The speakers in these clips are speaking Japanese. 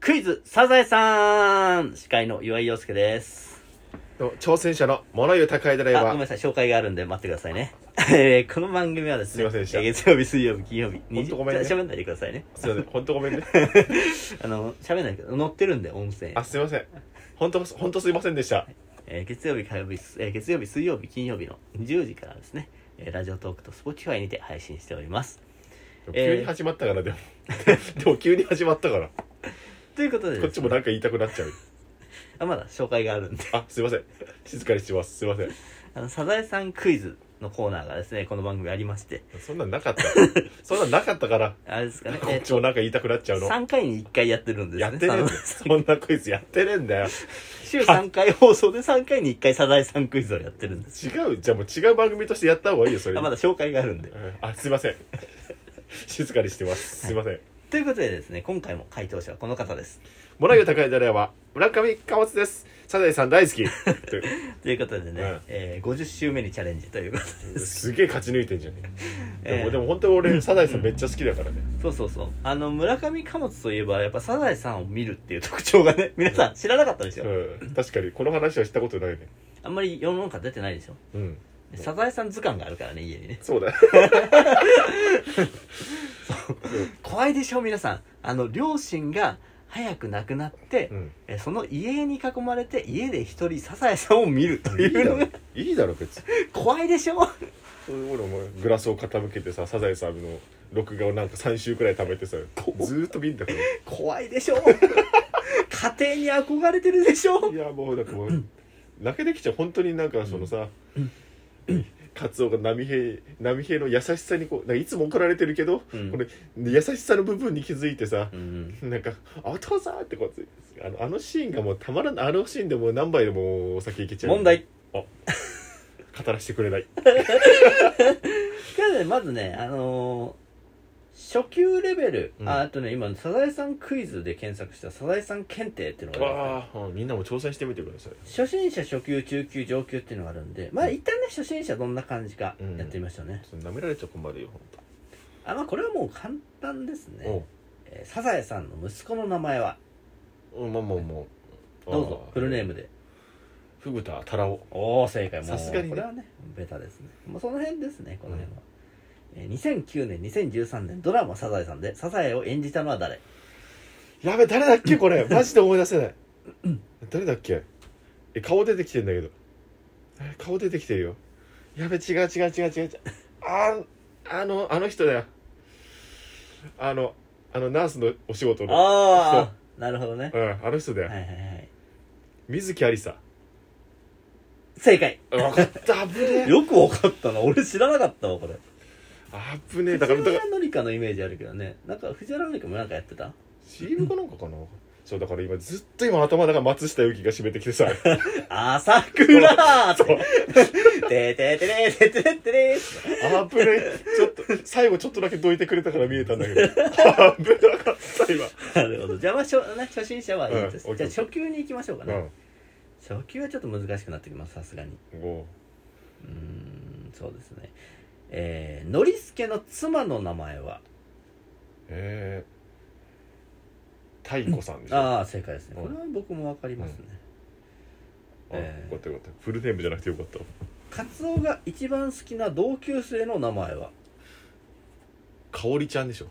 クイズサザエさん、司会の岩井陽介です。 挑戦者の物言う高いドライバー。 ごめんなさい、紹介があるんで待ってくださいね。この番組はですね、 すいませんでした。 月曜日、水曜日、金曜日、 ほんとごめんね。 喋んないでくださいね。 すいません、ほんとごめんね。 喋んないけど、載ってるんで、音声。 すいません。ほんとすいませんでした。 月曜日、火曜日、月曜日、水曜日、金曜日の10時からですね、ラジオトークと Spotify にて配信しております。 急に始まったから、でも。でも急に始まったから。 ということで、 こっちもなんか言いたくなっちゃう。 まだ紹介があるんで。 すいません。静かにしてます。すいません。 サザエさんクイズのコーナーがですね、この番組ありまして。 そんなんなかった。そんなんなかったから。 あれですかね。 こっちもなんか言いたくなっちゃうの。 3回に1回やってるんですね。 やってねえんだよ。そんなクイズやってねえんだよ。 週3回放送で3回に1回サザエさんクイズをやってるんです。 じゃあもう違う番組としてやった方がいいよ、それ。 まだ紹介があるんで。 すいません。静かにしてます。すいません。 ということでですね、今回も回答者はこの方です。 物言う高いドライバー、村上貨物です。サザエさん大好き。 ということでね、50週目にチャレンジということです。 すげえ勝ち抜いてんじゃねでも本当に俺、サザエさんめっちゃ好きだからね。 そう。村上貨物といえば、やっぱサザエさんを見るっていう特徴がね、皆さん知らなかったでしょ。 確かに、この話はしたことないね。 あんまり世の中出てないでしょ。サザエさん図鑑があるからね、家にね。 そうだよ。 怖いでしょ、皆さん。両親が早く亡くなって、その家に囲まれて家で一人サザエさんを見るというのがいいだろ別に。 怖いでしょ。 俺もグラスを傾けてさ、サザエさんの録画をなんか3週くらい食べてさ、ずーっと見んだから。 怖いでしょ。家庭に憧れてるでしょ。 いやもうなんかもう泣けてきちゃう。本当になんかそのさ、カツオが波平の優しさにこう、なんかいつも怒られてるけど、これ優しさの部分に気づいてさ、なんかお父さんってこう、あのシーンがもうたまらない。あのシーンでもう何杯でもお酒いけちゃう。 問題。 語らせてくれない。 まずね、初級レベル、あとね、今サザエさんクイズで検索したサザエさん検定っていうのがあるんです。 みんなも挑戦してみてください。 初心者、初級、中級、上級っていうのがあるんで、一旦ね、初心者どんな感じかやってみましょうね。 舐められちゃ困るよ、本当。 これはもう簡単ですね。サザエさんの息子の名前は？ もうどうぞ、フルネームで。 フグタタラオ。 正解。 さすがにこれはね、ベタですね。もうその辺ですね、この辺は。2009年、2013年、ドラマサザエさんでサザエを演じたのは誰？ やべ、誰だっけこれ。マジで思い出せない。誰だっけ。顔出てきてんだけど。顔出てきてるよ。やべ、違う。あの人だよ。ナースのお仕事の。 なるほどね。 あの人だよ。水木有沙。 正解。 分かった。危ねえ。 よく分かったな。俺知らなかったわ、これ。 危ねえ。 藤原紀香のイメージあるけどね。なんか藤原紀香もなんかやってた？ CM かなんかかな。そうだから今ずっと頭の中松下由紀が締めてきてさ。 朝倉ーって。てててててててて。 危ねえ。ちょっと最後ちょっとだけどいてくれたから見えたんだけど。危なかった今。 なるほど。じゃあ初心者はいいです。じゃあ初級に行きましょうかね。初級はちょっと難しくなってきます、さすがに。そうですね。ノリスケの妻の名前は？ 太子さんでしょ。 正解ですね。これは僕もわかりますね。 よかった。フルネームじゃなくてよかった。 カツオが一番好きな同級生の名前は？ かおりちゃんでしょ。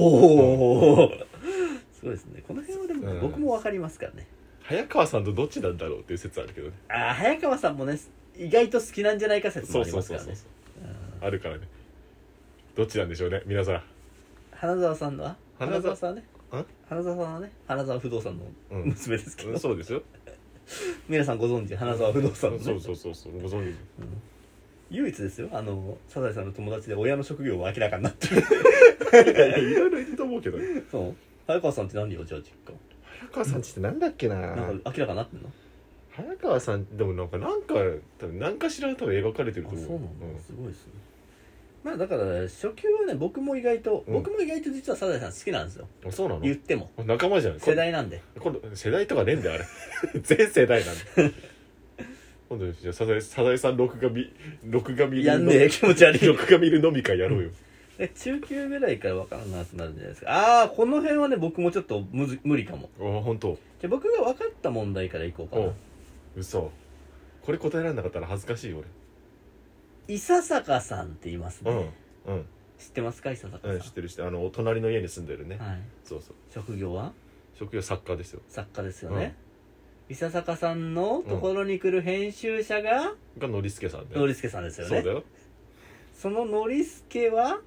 すごいですね。この辺はでも僕もわかりますからね。 早川さんとどっちなんだろうっていう説あるけどね。 早川さんもね、意外と好きなんじゃないか説もありますからね。 あるからね。どっちなんでしょうね、皆さん。 花澤さんは花澤さんはね、花澤不動産の娘ですけど。 そうですよ。 皆さんご存知、花澤不動産のね。 そうご存知。 唯一ですよ、サザエさんの友達で親の職業は明らかになってる。 いろいろいると思うけどね。 そう。早川さんって何よ、じゃあ実家。 早川さんちってなんだっけな。 なんか明らかになってんの？ 早川さんでもなんか多分何かしら描かれてると思う。 そうなんだ。すごいですね。だから初級はね、僕も意外と実はサザエさん好きなんですよ。 そうなの？ 言っても仲間じゃん。 世代なんで。 今度世代とかねえんだよあれ。全世代なんで。今度じゃあサザエさん録画見る。 やんねえ、気持ち悪い。 録画見る飲み会やろうよ。 中級ぐらいから分からなくなるんじゃないですか。この辺はね僕もちょっと無理かも。 本当。 じゃあ僕が分かった問題からいこうかな。 嘘。これ答えられなかったら恥ずかしい俺。 伊佐坂さんって言いますね。 うん。 知ってますか伊佐坂さん。 知ってる隣の家に住んでるね。 はい。 そうそう。 職業は作家ですよ。 作家ですよね。伊佐坂さんのところに来る編集者がノリスケさんだよ。 ノリスケさんですよね。 そうだよ。 そのノリスケは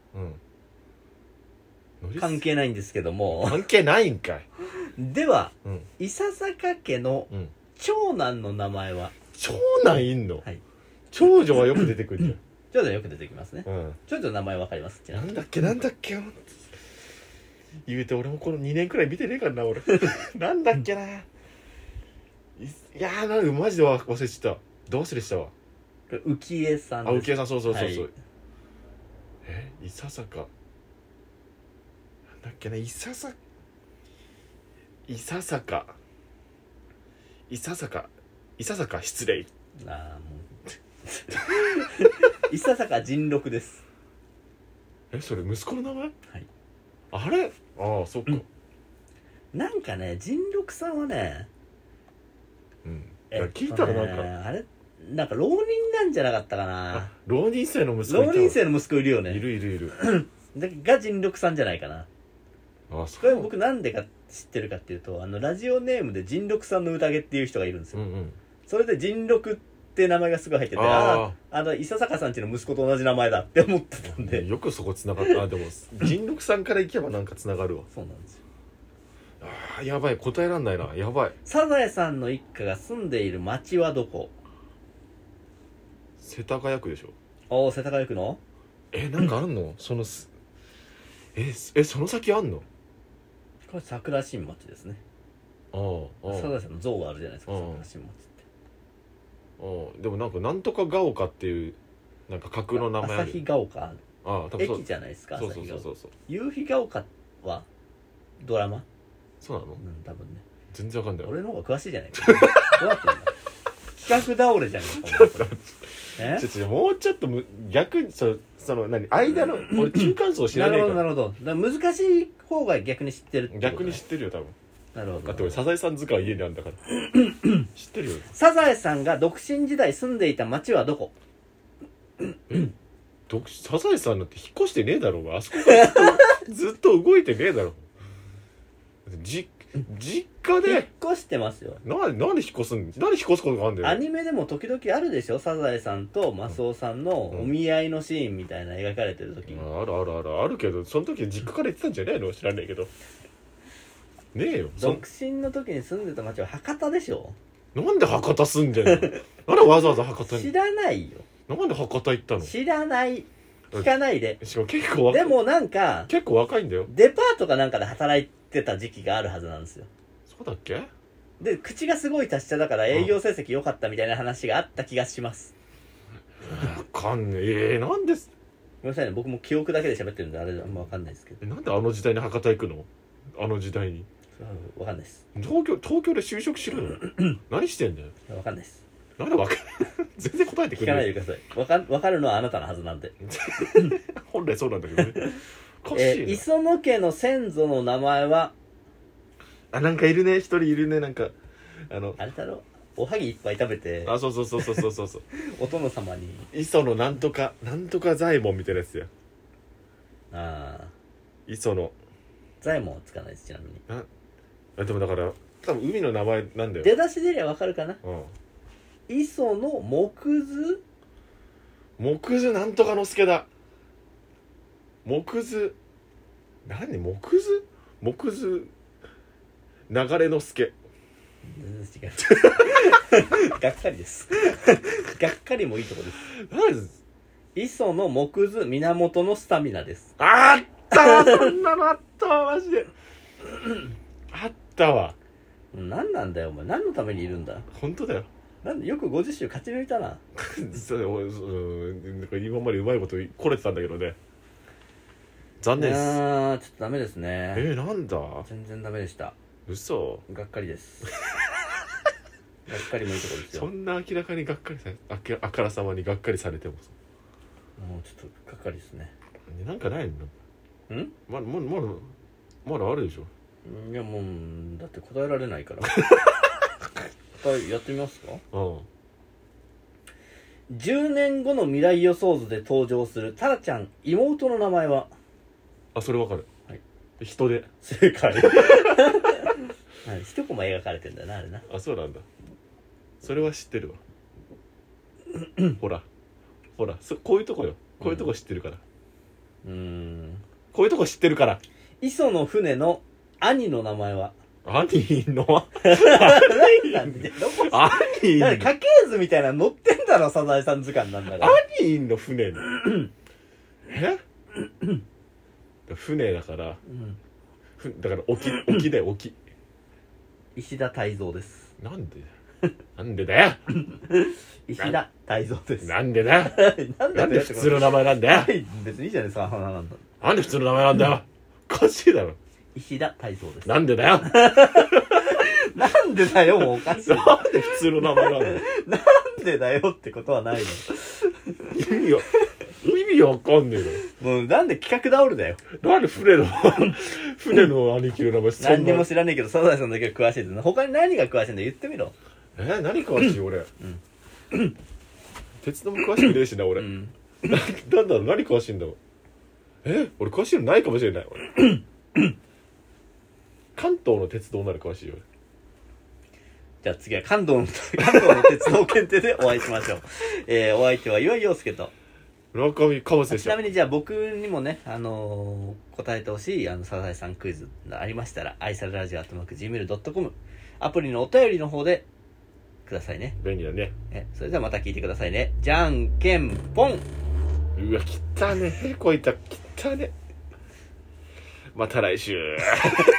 関係ないんですけども。 関係ないんかい。 では、伊佐坂家の長男の名前は？ 長男いんの？ はい。 長女はよく出てくるじゃん。 長女はよく出てきますね。長女の名前わかります？ なんだっけ言うて俺もこの2年くらい見てねえからな俺。なんだっけな。いやーなんかマジで忘れちゃった。ど忘れしたわ。 浮江さんです。 浮江さん、そう。伊佐坂なんだっけな。伊佐坂失礼。 もう伊佐坂仁六です。 それ息子の名前？ はい。 あれ？そっか。 なんかね仁六さんはね、 聞いたらなんかあれなんか浪人なんじゃなかったかな。 浪人生の息子いた。 浪人生の息子いるよね。 いるが仁六さんじゃないかな。これ僕なんでか知ってるかっていうと、ラジオネームで仁六さんの宴っていう人がいるんですよ。それで仁六って名前がすごい入ってて、伊佐坂さんちの息子と同じ名前だって思ってたんで。 よくそこ繋がった。でも仁六さんから行けばなんか繋がるわ。 そうなんですよ。 やばい、答えらんないな。やばい。 サザエさんの一家が住んでいる町はどこ？ 世田谷区でしょ。世田谷区の？ なんかあんの？そのその先あんの？ これ桜新町ですね。サザエさんの像があるじゃないですか、桜新町って。 でもなんとかが丘っていうなんか架空の名前ある。 旭が丘。 多分駅じゃないですか。 そう。 夕日が丘はドラマ？ そうなの？ 多分ね。 全然わかんない。 俺の方が詳しいじゃないか。どうやってんだ。企画倒れじゃねえか。 もうちょっと逆にその間の俺中間層知らねえから。 なるほど。難しい方が逆に知ってるってこと、ね。 逆に知ってるよ多分。 なるほど。 だって俺サザエさん図は家にあるんだから知ってるよ。 サザエさんが独身時代住んでいた町はどこ？ サザエさんなんて引っ越してねえだろうが。あそこからずっと動いてねえだろ。実家で引っ越してますよ。 なんで引っ越すことがあるんだよ。 アニメでも時々あるでしょ。サザエさんとマスオさんのお見合いのシーンみたいな描かれてる時に、 あるけど、その時実家から行ってたんじゃないの？知らないけど。ねえよ。 独身の時に住んでた町は博多でしょ。 なんで博多住んでんの？なんでわざわざ博多に？ 知らないよ。 なんで博多行ったの？ 知らない。聞かないで。 しかも結構若い。 でもなんか結構若いんだよ。 デパートかなんかで働いてた時期があるはずなんですよ。 そうだっけ？ で口がすごい達者だから営業成績良かったみたいな話があった気がします。 わかんねえ。なんです。 ごめんなさいね、僕も記憶だけで喋ってるんであれあんま分かんないですけど。 なんであの時代に博多行くの？あの時代に。 分かんないです。 東京で就職しろよ。何してんだよ。 分かんないです。 なんで分かん全然答えてくれない。 聞かないでください。分かるのはあなたのはずなんで。 本来そうなんだけどね。 磯野家の先祖の名前は？ なんかいるね、一人いるね。なんかあれだろ、おはぎいっぱい食べて、 そうお殿様に磯野なんとか左衛門みたいなやつや。磯野左衛門はつかないです。ちなみにでもだから多分海の名前なんだよ。 出だしでりゃ分かるかな。磯野木図なんとかの助だ。木図流れの助。 全然違う。がっかりです。がっかりもいいとこです。 何です？ 磯野木図源のスタミナです。 あったわ。そんなのあったわマジで。あったわ。 何なんだよお前。何のためにいるんだ。 本当だよ。 なんでよく50周勝ち抜いたな。 なんか今までうまいことこれてたんだけどね。残念です。 ちょっとダメですね。 なんだ。 全然ダメでした。 嘘。 がっかりです。がっかりもいいとこですよ。 そんな明らかにがっかりされあからさまにがっかりされてももうちょっとがっかりですね。 なんかないの？ ん？ まだあるでしょ。 いやもうだって答えられないからやってみますか。10年後の未来予想図で登場するタラちゃん妹の名前は？ あ、それわかる、 はい、 人で正解一コマ描かれてんだなあれな。 あ、そうなんだ。それは知ってるわほらこういうとこよ、こういうとこ知ってるから、こういうとこ知ってるから。 磯の船の兄の名前は？ 兄のなんでどこ兄の家系図みたいなの載ってんだろ、サザエさん図鑑なんだから。 兄の船の船だから、だから沖だよ沖。 石田泰造です。 なんでだよ石田泰造です。 なんでだよなんで普通の名前なんだよ。 別にいいじゃないですか。 なんで普通の名前なんだよ。おかしいだろ。 石田泰造です。 なんでだよなんでだよもうおかしい。 なんで普通の名前なんだよ。 なんでだよってことはないの。 意味わかんねえの。もうなんで企画倒れだよ。 なんで船の兄貴の名前そんな。 何にも知らねえけどサザエさんだけは詳しいって。他に何が詳しいんだよ、言ってみろ。 何詳しい俺。鉄道も詳しくねえしな俺。なんだろう、何詳しいんだろう。俺詳しいのないかもしれない俺関東の鉄道なら詳しいよ。 じゃあ次は関東の鉄道検定でお会いしましょうお相手は岩井陽介と村上かぼせでしょ。 ちなみにじゃあ僕にもね、答えてほしいサザエさんクイズがありましたら、愛されラジオ@gmail.com アプリのお便りの方でくださいね。 便利だね。 それではまた聞いてくださいね。じゃんけんぽん。 うわ、汚ねえ、こいた、汚ね。また来週